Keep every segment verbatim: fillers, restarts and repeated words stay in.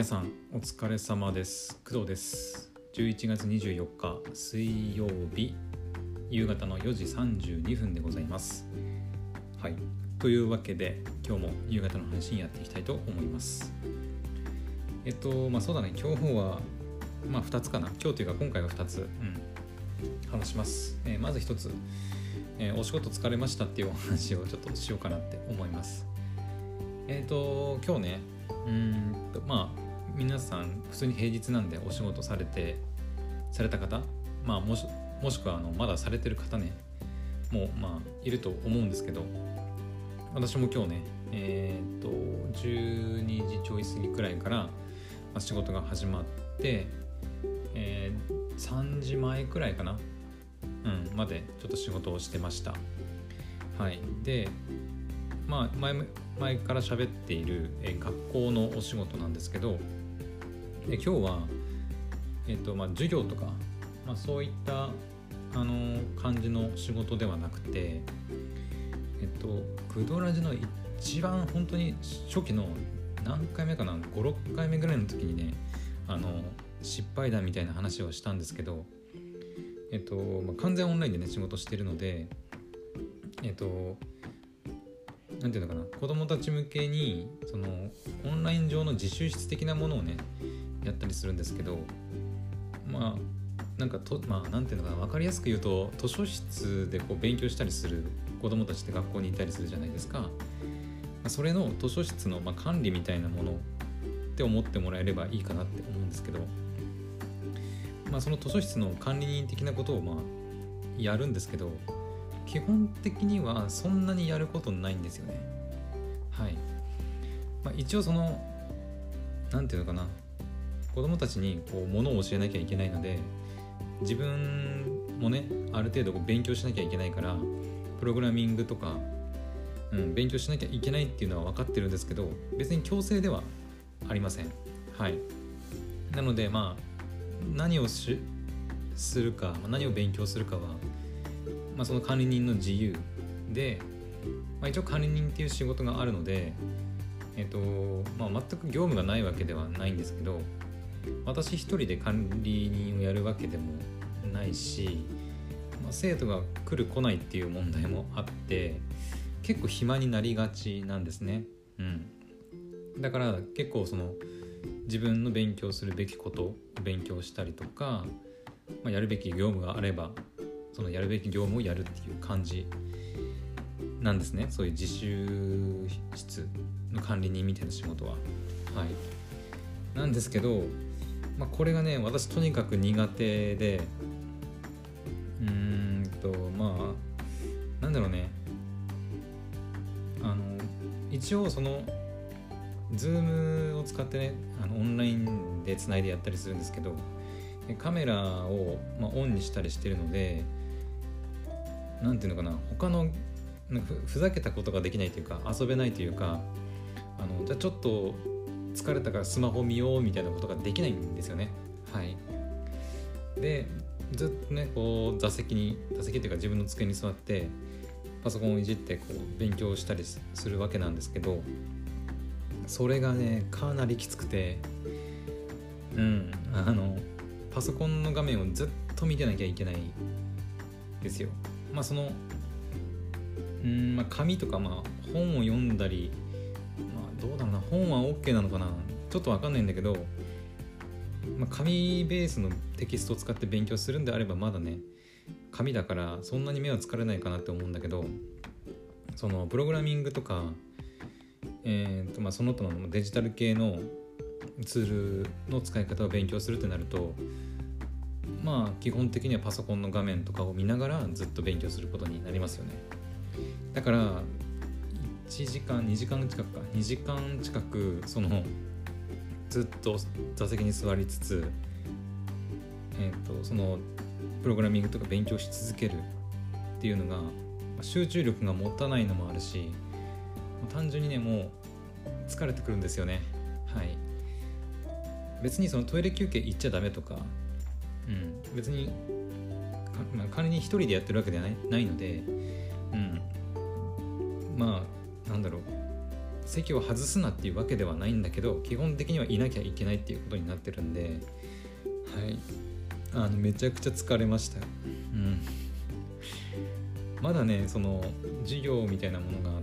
さんお疲れ様です。工藤です。じゅういちがつにじゅうよっか水曜日夕方のよじさんじゅうにふんでございます。はい、というわけで今日も夕方の配信やっていきたいと思います。えっとまあそうだね今日はまあふたつかな今日というか今回はふたつ、うん、話します。えー、まずひとつ、えー、お仕事疲れましたっていうお話をちょっとしようかなって思います。えっと今日ねうーんとまあ皆さん普通に平日なんでお仕事されてされた方、まあもしもしくはあのまだされてる方ねもうまあいると思うんですけど、私も今日ねえっとじゅうにじちょい過ぎくらいから、まあ、仕事が始まって、えー、さんじまえくらいかな、うんまでちょっと仕事をしてました。はいでまあ前前から喋っている、えー、学校のお仕事なんですけど、で今日は、えーとまあ、授業とか、まあ、そういったあの感じの仕事ではなくて、えっとクドラジの一番本当に初期の何回目かなご、ろっかいめぐらいの時にねあの失敗談みたいな話をしたんですけど、えっと、まあ、完全オンラインでね仕事してるので、えっとなんていうのかな子供たち向けにそのオンライン上の自習室的なものをねやったりするんですけど、まあなんかとまあなんていうのかな分かりやすく言うと図書室でこう勉強したりする子供たちって学校にいたりするじゃないですか。それの図書室のまあ管理みたいなものって思ってもらえればいいかなって思うんですけど、まあその図書室の管理人的なことをまあやるんですけど、基本的にはそんなにやることないんですよね。はい。まあ、一応そのなんていうのかな子供たちにこう物を教えなきゃいけないので、自分もねある程度こう勉強しなきゃいけないからプログラミングとか、うん、勉強しなきゃいけないっていうのは分かってるんですけど、別に強制ではありません。はい。なのでまあ何をしするか何を勉強するかは、まあ、その管理人の自由で、まあ、一応管理人っていう仕事があるので、えっとまあ、全く業務がないわけではないんですけど、私一人で管理人をやるわけでもないし、まあ、生徒が来る来ないっていう問題もあって結構暇になりがちなんですね。うん、だから結構その自分の勉強するべきことを勉強したりとか、まあ、やるべき業務があればそのやるべき業務をやるっていう感じなんですね。そういう自習室の管理人みたいな仕事は。はい。なんですけど、まあ、これがね私とにかく苦手で、うーんとまあなんだろうねあの一応その Zoom を使ってねあのオンラインでつないでやったりするんですけど、カメラを、まあ、オンにしたりしてるので、なんていうのかな他のなんか ふ, ふざけたことができないというか遊べないというか、あのじゃあちょっと疲れたからスマホ見ようみたいなことができないんですよね。はい。でずっとねこう座席に座席っていうか自分の机に座ってパソコンをいじってこう勉強したりするわけなんですけど、それがねかなりきつくて、うんあのパソコンの画面をずっと見てなきゃいけないですよ。まあそのうんまあ紙とかまあ本を読んだり、まあどうだろうな本は OK なのかなちょっとわかんないんだけど、まあ、紙ベースのテキストを使って勉強するんであればまだね紙だからそんなに目は疲れないかなって思うんだけど、そのプログラミングとか、えーとまあ、その他のデジタル系のツールの使い方を勉強するってなると、まあ基本的にはパソコンの画面とかを見ながらずっと勉強することになりますよね。だからいちじかんにじかん近くかにじかん近くそのずっと座席に座りつつ、えーとそのプログラミングとか勉強し続けるっていうのが集中力が持たないのもあるし、単純にねもう疲れてくるんですよね。はい。別にそのトイレ休憩行っちゃダメとか、うん、別に、まあ、仮に一人でやってるわけではない、ないので、うん、まあなんだろう席を外すなっていうわけではないんだけど、基本的にはいなきゃいけないっていうことになってるんで、はいあのめちゃくちゃ疲れました。うんまだねその授業みたいなものがあって、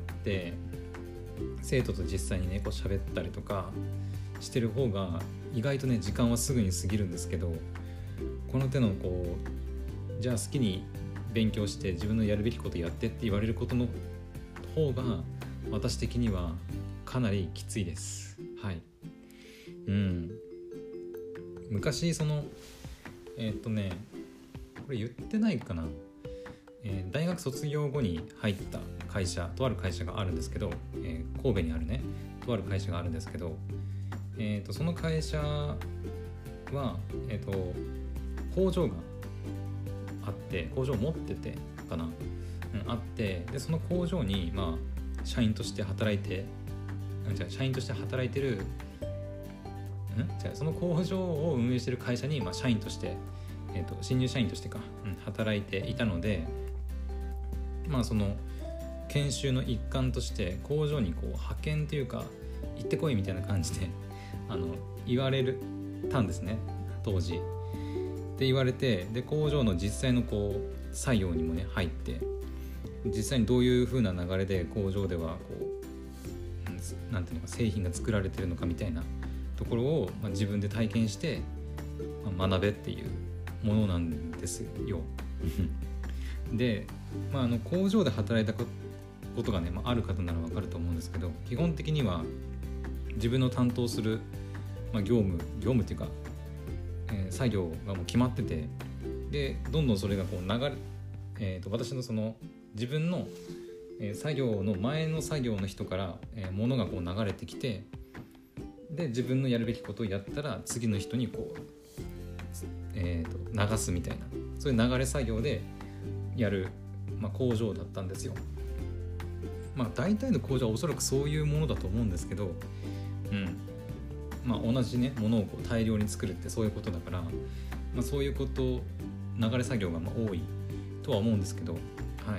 生徒と実際にねこう喋ったりとかしてる方が意外とね時間はすぐに過ぎるんですけど、この手のこうじゃあ好きに勉強して自分のやるべきことやってって言われることの方が私的にはかなりきついです。はいうん昔そのえー、っとねこれ言ってないかな、えー、大学卒業後に入った会社とある会社があるんですけど、えー、神戸にあるねとある会社があるんですけど、えー、とその会社は、えー、と工場があって工場を持っててかな、うん、あってでその工場にまあ社員として働いてじゃあ社員として働いてるんじゃあその工場を運営してる会社に、まあ、社員として、えー、と新入社員としてか、うん、働いていたので、まあその研修の一環として工場にこう派遣というか行ってこいみたいな感じであの言われるたんですね当時って言われて、で工場の実際のこう作業にもね入って、実際にどういう風な流れで工場ではこうなんていうのか製品が作られてるのかみたいなところを、まあ、自分で体験して、まあ、学べっていうものなんですよで、まあ、あの工場で働いたことがね、まあ、ある方ならわかると思うんですけど、基本的には自分の担当する、まあ、業務業務っていうか、えー、作業がもう決まってて、でどんどんそれがこう流れ、えー、と私のその自分の、えー、作業の前の作業の人から、えー、物がこう流れてきて、で自分のやるべきことをやったら次の人にこう、えー、と流すみたいな、そういう流れ作業でやる、まあ、工場だったんですよ。まあ大体の工場はおそらくそういうものだと思うんですけど、うんまあ、同じねものをこう大量に作るってそういうことだから、まあ、そういうこと流れ作業がまあ多いとは思うんですけど、はい、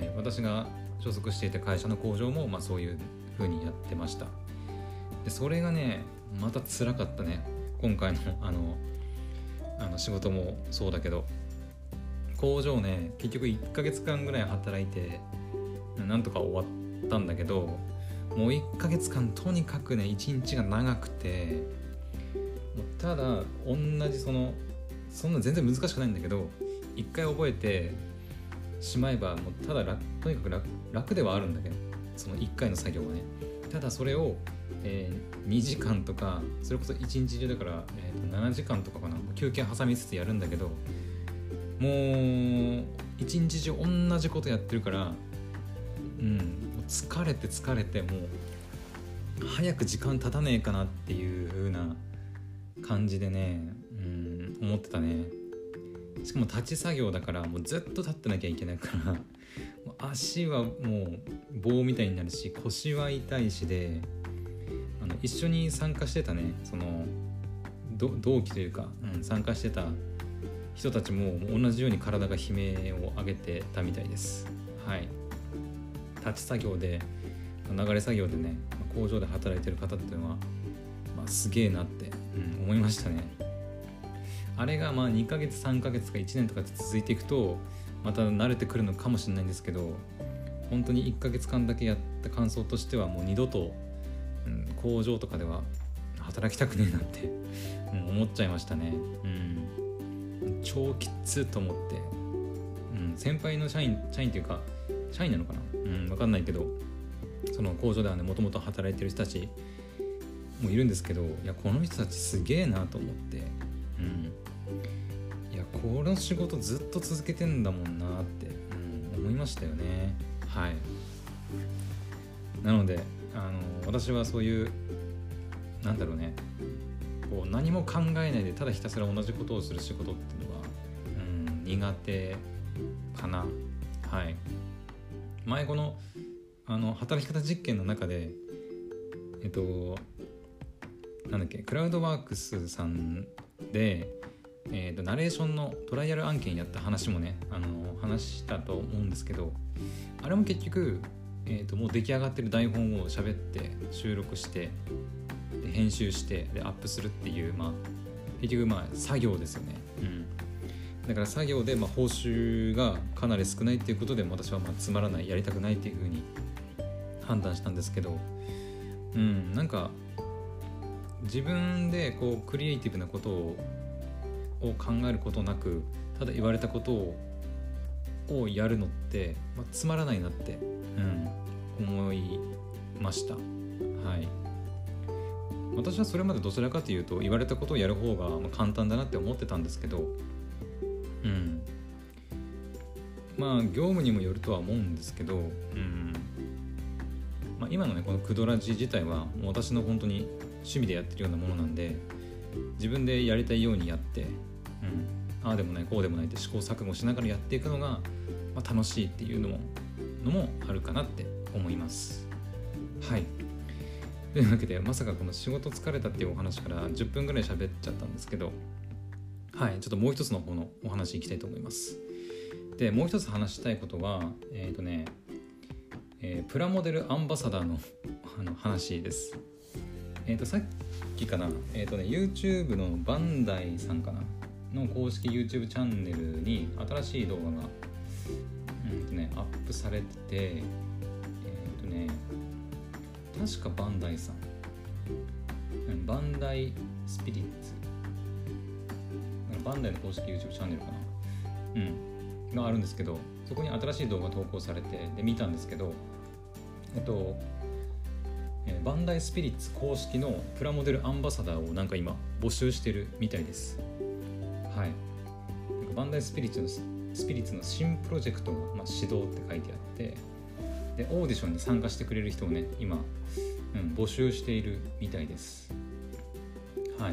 私が所属していた会社の工場もまあそういう風にやってました。でそれがねまた辛かったね。今回のあのあの仕事もそうだけど、工場ね結局いっかげつかんぐらい働いてなんとか終わったんだけど、もういっかげつかんとにかくねいちにちが長くて、ただ同じそのそんな全然難しくないんだけど、一回覚えてしまえばもうただ楽とにかく 楽, 楽ではあるんだけど、そのいっかいの作業はね、ただそれを、えー、にじかんとかそれこそいちにち中だから、えー、とななじかんとかかな、休憩挟みつつやるんだけど、もういちにち中同じことやってるから、うん、もう疲れて疲れてもう早く時間経たねえかなっていう風な感じでね、うん、思ってたね。しかも立ち作業だからもうずっと立ってなきゃいけないからもう足はもう棒みたいになるし腰は痛いしで、あの一緒に参加してたねその同期というか、うん、参加してた人たちも同じように体が悲鳴を上げてたみたいです。はい、立ち作業で流れ作業でね工場で働いてる方っていうのは、まあ、すげえなって、うん、思いましたね。あれがまあにかげつさんかげつかいちねんとか続いていくとまた慣れてくるのかもしれないんですけど、本当にいっかげつかんだけやった感想としてはもう二度と、うん、工場とかでは働きたくねえなって、うん、思っちゃいましたね。うん、超きつと思って、うん、先輩の社員社員っていうか社員なのかな、うん、分かんないけど、その工場ではねもともと働いてる人たちもいるんですけど、いやこの人たちすげえなと思って、うん、いやこの仕事ずっと続けてんだもんなって、うん、思いましたよね。はい。なのであの私はそういうなんだろうね、こう何も考えないでただひたすら同じことをする仕事っていうのは、うん、苦手かな。はい。前このあの働き方実験の中でえっとなんだっけクラウドワークスさんで、えー、とナレーションのトライアル案件やった話もねあの話したと思うんですけど、あれも結局えーと、もう出来上がってる台本を喋って収録してで編集してでアップするっていう、まあ、結局まあ作業ですよね、うん、だから作業でまあ報酬がかなり少ないっていうことで私はまあつまらないやりたくないっていうふうに判断したんですけど、うん、なんか自分でこうクリエイティブなことを、を考えることなくただ言われたことををやるのって、まあ、つまらないなって、うん、思いました。はい。私はそれまでどちらかというと言われたことをやる方がまあ簡単だなって思ってたんですけど、うん、まあ業務にもよるとは思うんですけど、うんまあ、今のねこのクドラジ自体はもう私の本当に趣味でやってるようなものなんで自分でやりたいようにやって、うんああでもないこうでもないって試行錯誤しながらやっていくのが、まあ、楽しいっていうのものもあるかなって思います。はい。というわけでまさかこの仕事疲れたっていうお話からじゅっぷんぐらい喋っちゃったんですけど、はいちょっともう一つの方のお話いきたいと思います。でもう一つ話したいことはえっ、ー、とね、えー、プラモデルアンバサダーのあの話です。えっ、ー、とさっきかなえっ、ー、とね YouTube のバンダイさんかなの公式 YouTube チャンネルに新しい動画が、うんとね、アップされててえっ、ー、とね確かバンダイさん、うん、バンダイスピリッツバンダイの公式 YouTube チャンネルかな、うん、があるんですけどそこに新しい動画投稿されてで見たんですけどえっとえバンダイスピリッツ公式のプラモデルアンバサダーをなんか今募集してるみたいです。はい、バンダイスピリッツのスピリッツの新プロジェクトを、まあ、始動って書いてあってでオーディションに参加してくれる人をね今、うん、募集しているみたいです。はい。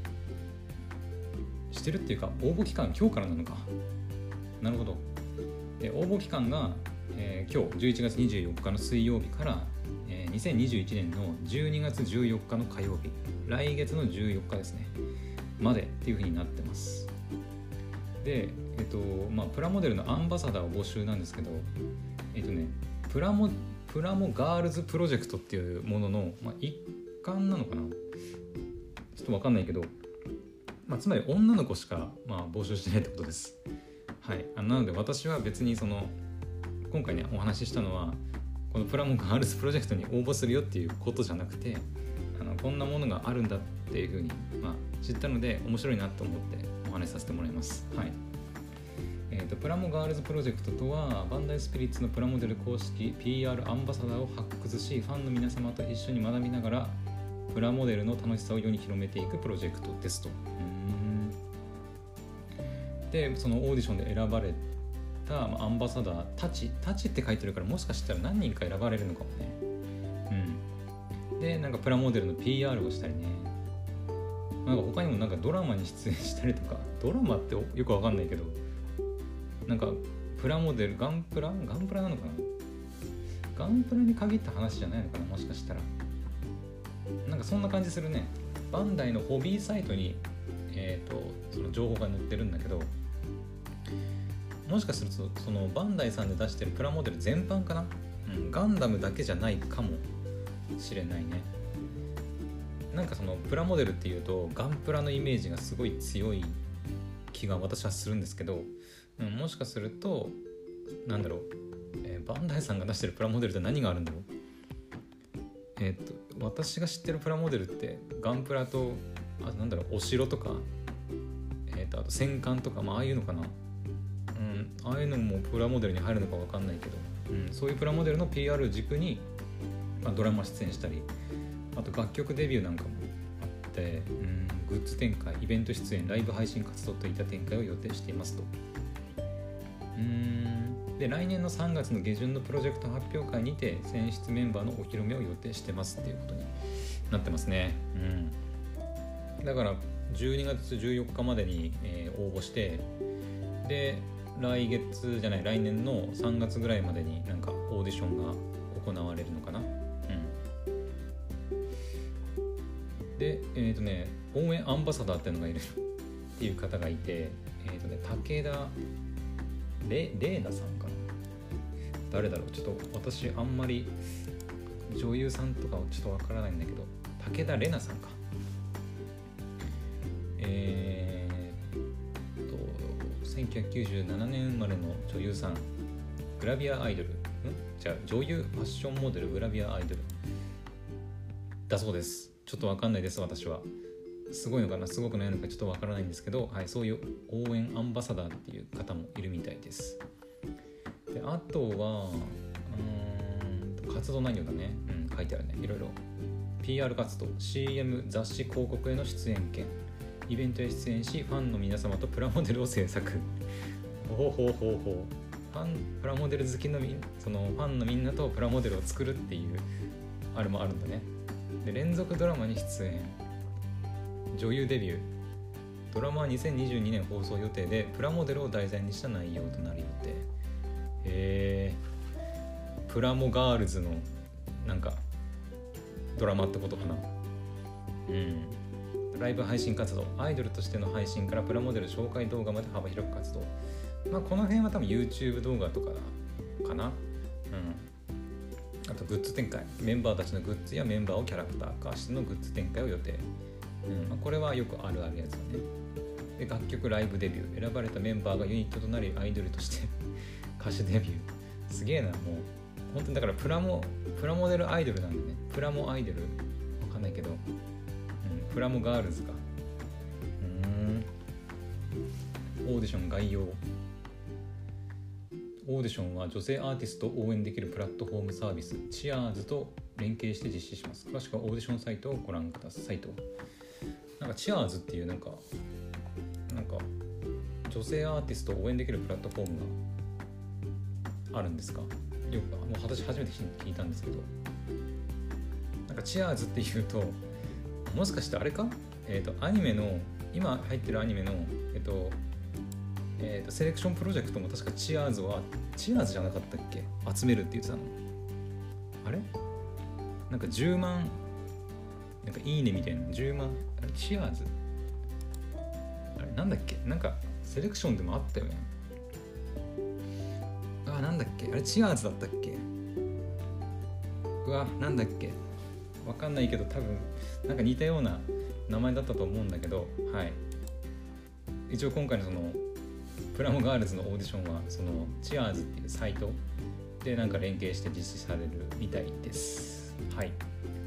してるっていうか応募期間今日からなのか。なるほど。で応募期間が、えー、今日じゅういちがつにじゅうよっかの水曜日から、えー、にせんにじゅういちねんのじゅうにがつじゅうよっかの火曜日来月のじゅうよっかですねまでっていう風になってます。で、えっとまあ、プラモデルのアンバサダーを募集なんですけど、えっとね、プラモプラモガールズプロジェクトっていうものの、まあ、一環なのかな、ちょっと分かんないけど、まあ、つまり女の子しか、まあ、募集してないってことです。はい、あなので私は別にその今回ねお話ししたのはこのプラモガールズプロジェクトに応募するよっていうことじゃなくてあのこんなものがあるんだっていうふうに、まあ、知ったので面白いなと思ってお話しさせてもらいます。はい。えーと、プラモガールズプロジェクトとはバンダイスピリッツのプラモデル公式 ピーアール アンバサダーを発掘しファンの皆様と一緒に学びながらプラモデルの楽しさを世に広めていくプロジェクトですと。うーんでそのオーディションで選ばれたアンバサダーたちたちって書いてるからもしかしたら何人か選ばれるのかもね。うんでなんかプラモデルの ピーアール をしたりねなんか他にもなんかドラマに出演したりとかドラマってよくわかんないけどなんかプラモデルガンプラガンプラなのかなガンプラに限った話じゃないのかなもしかしたらなんかそんな感じするね。バンダイのホビーサイトにえーとその情報が載ってるんだけどもしかするとそのバンダイさんで出してるプラモデル全般かな、うん、ガンダムだけじゃないかもしれないね。なんかそのプラモデルっていうとガンプラのイメージがすごい強い気が私はするんですけど、うん、もしかするとなんだろう、えー、バンダイさんが出してるプラモデルって何があるんだろう。えー、っと私が知ってるプラモデルってガンプラとあとなんだろうお城とか、えー、っとあと戦艦とかまあああいうのかな、うん、ああいうのもプラモデルに入るのか分かんないけど、うん、そういうプラモデルの ピーアール 軸に、まあ、ドラマ出演したりあと楽曲デビューなんかもあって、うん、グッズ展開、イベント出演、ライブ配信活動といった展開を予定していますと。うーんで来年のさんがつの下旬のプロジェクト発表会にて選出メンバーのお披露目を予定してますっていうことになってますね。うん、だからじゅうにがつじゅうよっかまでに、えー、応募してで来月じゃない来年のさんがつぐらいまでになんかオーディションが行われるのかな。で、えーとね、応援アンバサダーっていうのがいるっていう方がいて、えーとね、武田レレーナさんかな誰だろう、ちょっと私あんまり女優さんとかはちょっとわからないんだけど、武田玲奈さんか。えー、っとせんきゅうひゃくきゅうじゅうななねん生まれの女優さん、グラビアアイドル、んじゃあ女優、ファッションモデル、グラビアアイドルだそうです。ちょっとわかんないです、私は。すごいのかな、すごくないのかちょっとわからないんですけど、はい、そういう応援アンバサダーっていう方もいるみたいです。で、あとはうーん活動内容だね、うん、書いてあるね、いろいろ ピーアール 活動、 シーエム 雑誌広告への出演権、イベントへ出演しファンの皆様とプラモデルを制作ほうほうほうほう、ファンプラモデル好きのみそのファンのみんなとプラモデルを作るっていうあれもあるんだね。で、連続ドラマに出演、女優デビュー、ドラマはにせんにじゅうにねん放送予定でプラモデルを題材にした内容となる予定。へー、プラモガールズのなんかドラマってことかな。うん。ライブ配信活動、アイドルとしての配信からプラモデル紹介動画まで幅広く活動。まあこの辺は多分 YouTube 動画とかかな。うん。あとグッズ展開、メンバーたちのグッズやメンバーをキャラクター化してのグッズ展開を予定。うんまあ、これはよくあるあるやつだね。で、楽曲ライブデビュー、選ばれたメンバーがユニットとなりアイドルとして歌手デビュー。すげえな、もう本当にだからプラモプラモデルアイドルなんでね。プラモアイドルわかんないけど、うん、プラモガールズか。うーんオーディション概要。オーディションは女性アーティストを応援できるプラットフォームサービスチアーズと連携して実施します。詳しくはオーディションサイトをご覧くださいと。なんかチアーズっていうなんかなんか女性アーティストを応援できるプラットフォームがあるんですか。よくもう私初めて聞いたんですけど、なんかチアーズっていうともしかしてあれか、えっとアニメの今入ってるアニメのえっとえー、とセレクションプロジェクトも確かチアーズはチアーズじゃなかったっけ、集めるって言ってたの。あれなんかじゅうまんなんかいいねみたいなじゅうまん、あれチアーズあれなんだっけ、なんかセレクションでもあったよね。あ、なんだっけ、あれチアーズだったっけ。うわ、なんだっけ、わかんないけど多分なんか似たような名前だったと思うんだけど、はい、一応今回のそのプラモガールズのオーディションはそのチアーズっていうサイトでなんか連携して実施されるみたいです。はい。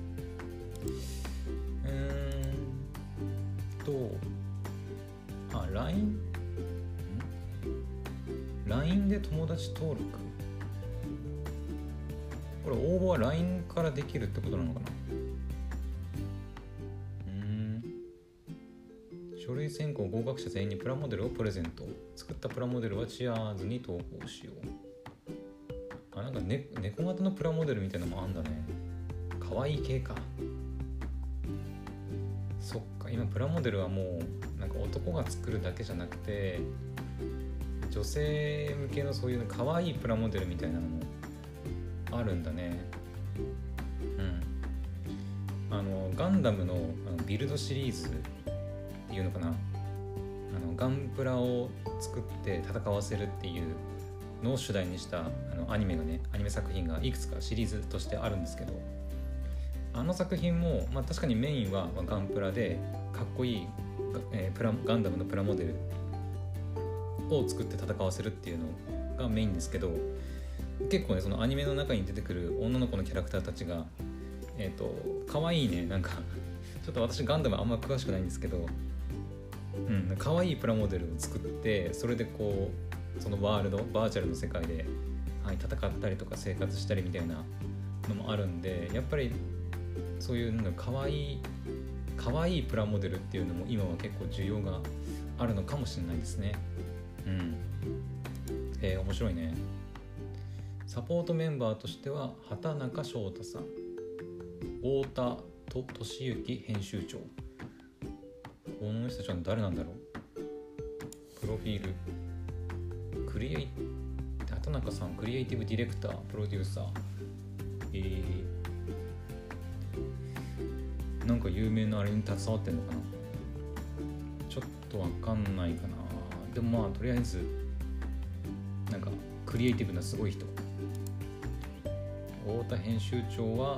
うーんとあ ライン ライン で友達登録、これ応募は ライン からできるってことなのかな。書類選考合格者全員にプラモデルをプレゼント。作ったプラモデルはチアーズに投稿しよう。あ、なんか、ね、猫型のプラモデルみたいなのもあんだね。かわいい系か。そっか、今プラモデルはもうなんか男が作るだけじゃなくて女性向けのそういうかわいいプラモデルみたいなのもあるんだね。うん。あのガンダムの、あのビルドシリーズっていうのかな、あのガンプラを作って戦わせるっていうのを主題にしたあのアニメがね、アニメ作品がいくつかシリーズとしてあるんですけど、あの作品も、まあ、確かにメインはガンプラでかっこいい、えー、プラガンダムのプラモデルを作って戦わせるっていうのがメインですけど、結構ねそのアニメの中に出てくる女の子のキャラクターたちがえっと可愛いね、なんかちょっと私ガンダムあんま詳しくないんですけど、うん、可愛いプラモデルを作ってそれでこうそのワールドバーチャルの世界で、はい、戦ったりとか生活したりみたいなのもあるんで、やっぱりそういうの可愛い可愛いプラモデルっていうのも今は結構需要があるのかもしれないですね。うん。えー、面白いね。サポートメンバーとしては畑中翔太さん、太田と俊之編集長。この人たちは誰なんだろう。プロフィール、クリエイ畑中さん、クリエイティブディレクター、プロデューサー、えー、なんか有名なあれに携わってんのかな。ちょっとわかんないかな。でもまあとりあえずなんかクリエイティブなすごい人。 太田編集長は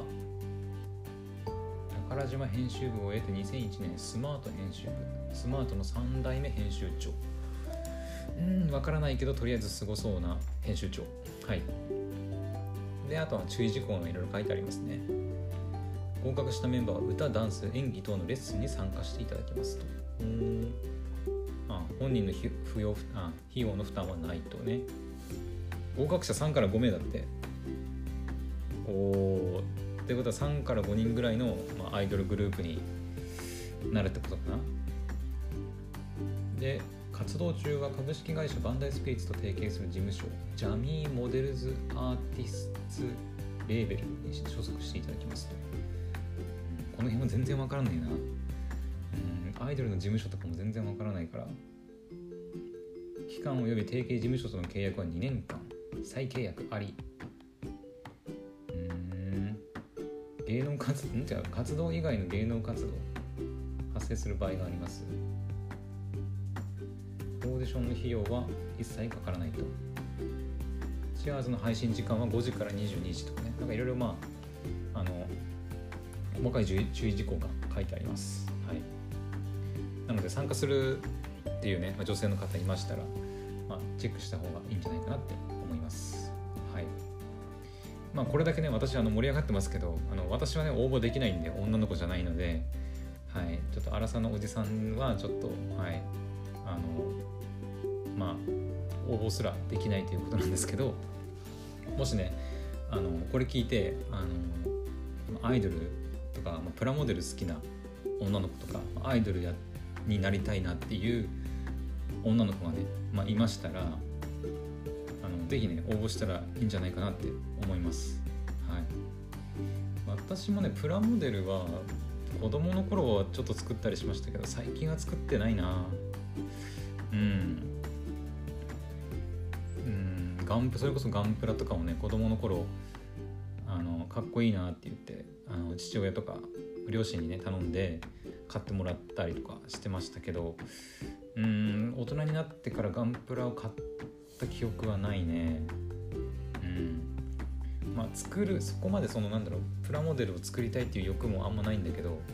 宝島編集部を終えてにせんいちねんスマート編集部、スマートのさん代目編集長。うんわからないけどとりあえずすごそうな編集長。はい。であとは注意事項がいろいろ書いてありますね。合格したメンバーは歌、ダンス、演技等のレッスンに参加していただきますと。うーんあ本人の費用あ費用の負担はないとね。合格者さんからご名だって。おーってことはさんからごにんぐらいの、まあ、アイドルグループになるってことかな。で活動中は株式会社バンダイスピリッツと提携する事務所ジャミーモデルズアーティスツレーベルに所属していただきますと。この辺も全然わからないな。うんアイドルの事務所とかも全然わからないから。期間及び提携事務所との契約はにねんかん、再契約あり。うーん芸能活動、ん違う活動以外の芸能活動発生する場合があります。オーディションの費用は一切かからないと。チアーズの配信時間はごじからにじゅうにじとかね、なんかいろいろまああの細かい注意事項が書いてあります。はい。なので参加するっていうね、まあ、女性の方いましたら、まあ、チェックした方がいいんじゃないかなって思います。はい。まあこれだけね私あの盛り上がってますけど、あの私はね応募できないんで女の子じゃないので、はい。ちょっと荒さのおじさんはちょっとはいあのまあ応募すらできないということなんですけど、もしねあのこれ聞いてあのアイドルとかプラモデル好きな女の子とかアイドルやになりたいなっていう女の子がね、まあ、いましたらあのぜひね応募したらいいんじゃないかなって思います。はい。私もねプラモデルは子供の頃はちょっと作ったりしましたけど最近は作ってないな。うんうんガンプそれこそガンプラとかもね子供の頃あのかっこいいなって言ってあの父親とか両親にね頼んで買ってもらったりとかしてましたけど、うーん大人になってからガンプラを買った記憶はないね。うんまあ作るそこまでそのなんだろうプラモデルを作りたいっていう欲もあんまないんだけど、う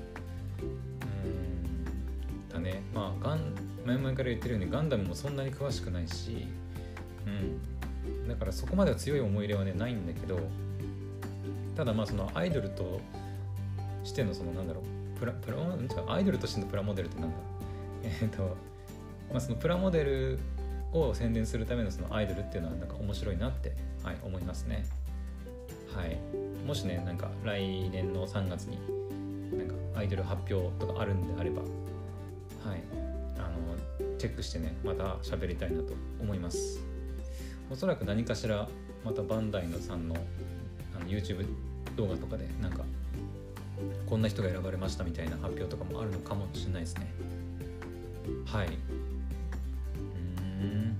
ーんだねまあガン前々から言ってるようにガンダムもそんなに詳しくないし、うんだからそこまでは強い思い入れはねないんだけど、ただまあそのアイドルとしてのそのなんだろうプラプラアイドルとしてのプラモデルってなんだえっとまあそのプラモデルを宣伝するためのそのアイドルっていうのはなんか面白いなって、はい、思いますね。はい。もしねなんか来年のさんがつになんかアイドル発表とかあるんであれば、はいあのチェックしてねまた喋りたいなと思います。おそらく何かしらまたバンダイのさんの、あの YouTube 動画とかでなんかこんな人が選ばれましたみたいな発表とかもあるのかもしれないですね。はい。うーん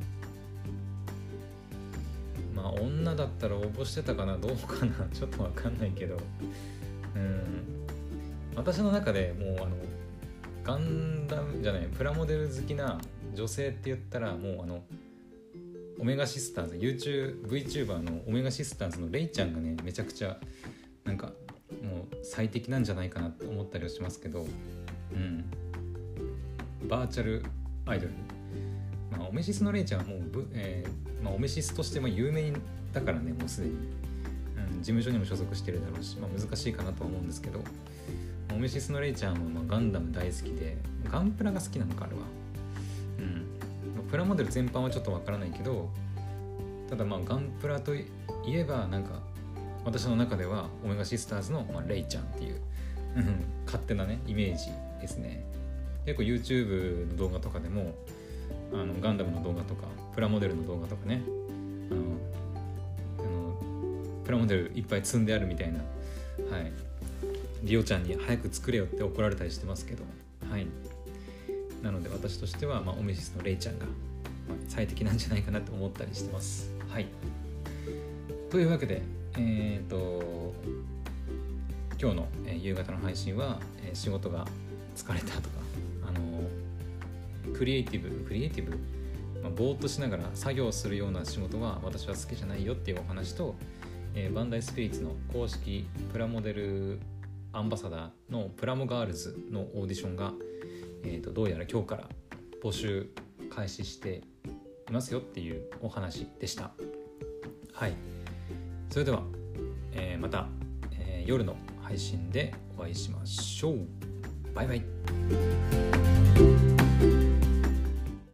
まあ女だったら応募してたかなどうかなちょっとわかんないけど、うん私の中でもうあのガンダムじゃないプラモデル好きな女性って言ったらもうあのオメガシスターズ YouTube VTuber のオメガシスターズのレイちゃんがねめちゃくちゃなんかもう最適なんじゃないかなって思ったりはしますけど、うんバーチャルアイドル、まあ、オメシスのレイちゃんはもう、えーまあ、オメシスとしても有名だからねもうすでに、うん、事務所にも所属してるだろうし、まあ、難しいかなとは思うんですけど、オメシスのレイちゃんはまあガンダム大好きでガンプラが好きなのかあれは、うんプラモデル全般はちょっとわからないけど、ただまあガンプラといえばなんか私の中ではオメガシスターズの、まあ、レイちゃんっていう勝手なねイメージですね。結構 YouTube の動画とかでもあのガンダムの動画とかプラモデルの動画とかねあのあのプラモデルいっぱい積んであるみたいな、はいリオちゃんに早く作れよって怒られたりしてますけど、はいなので私としては、まあ、オメシスのレイちゃんが、まあ、最適なんじゃないかなと思ったりしてます。はい。というわけで、えーと今日の、えー、夕方の配信は、えー、仕事が疲れたとか、あのー、クリエイティブクリエイティブ、まあ、ぼーっとしながら作業するような仕事は私は好きじゃないよっていうお話と、 えー、バンダイスピリッツの公式プラモデルアンバサダーのプラモガールズのオーディションが、えー、とどうやら今日から募集開始していますよっていうお話でした。はい、それでは、えー、また、えー、夜の配信でお会いしましょう。バイバイ。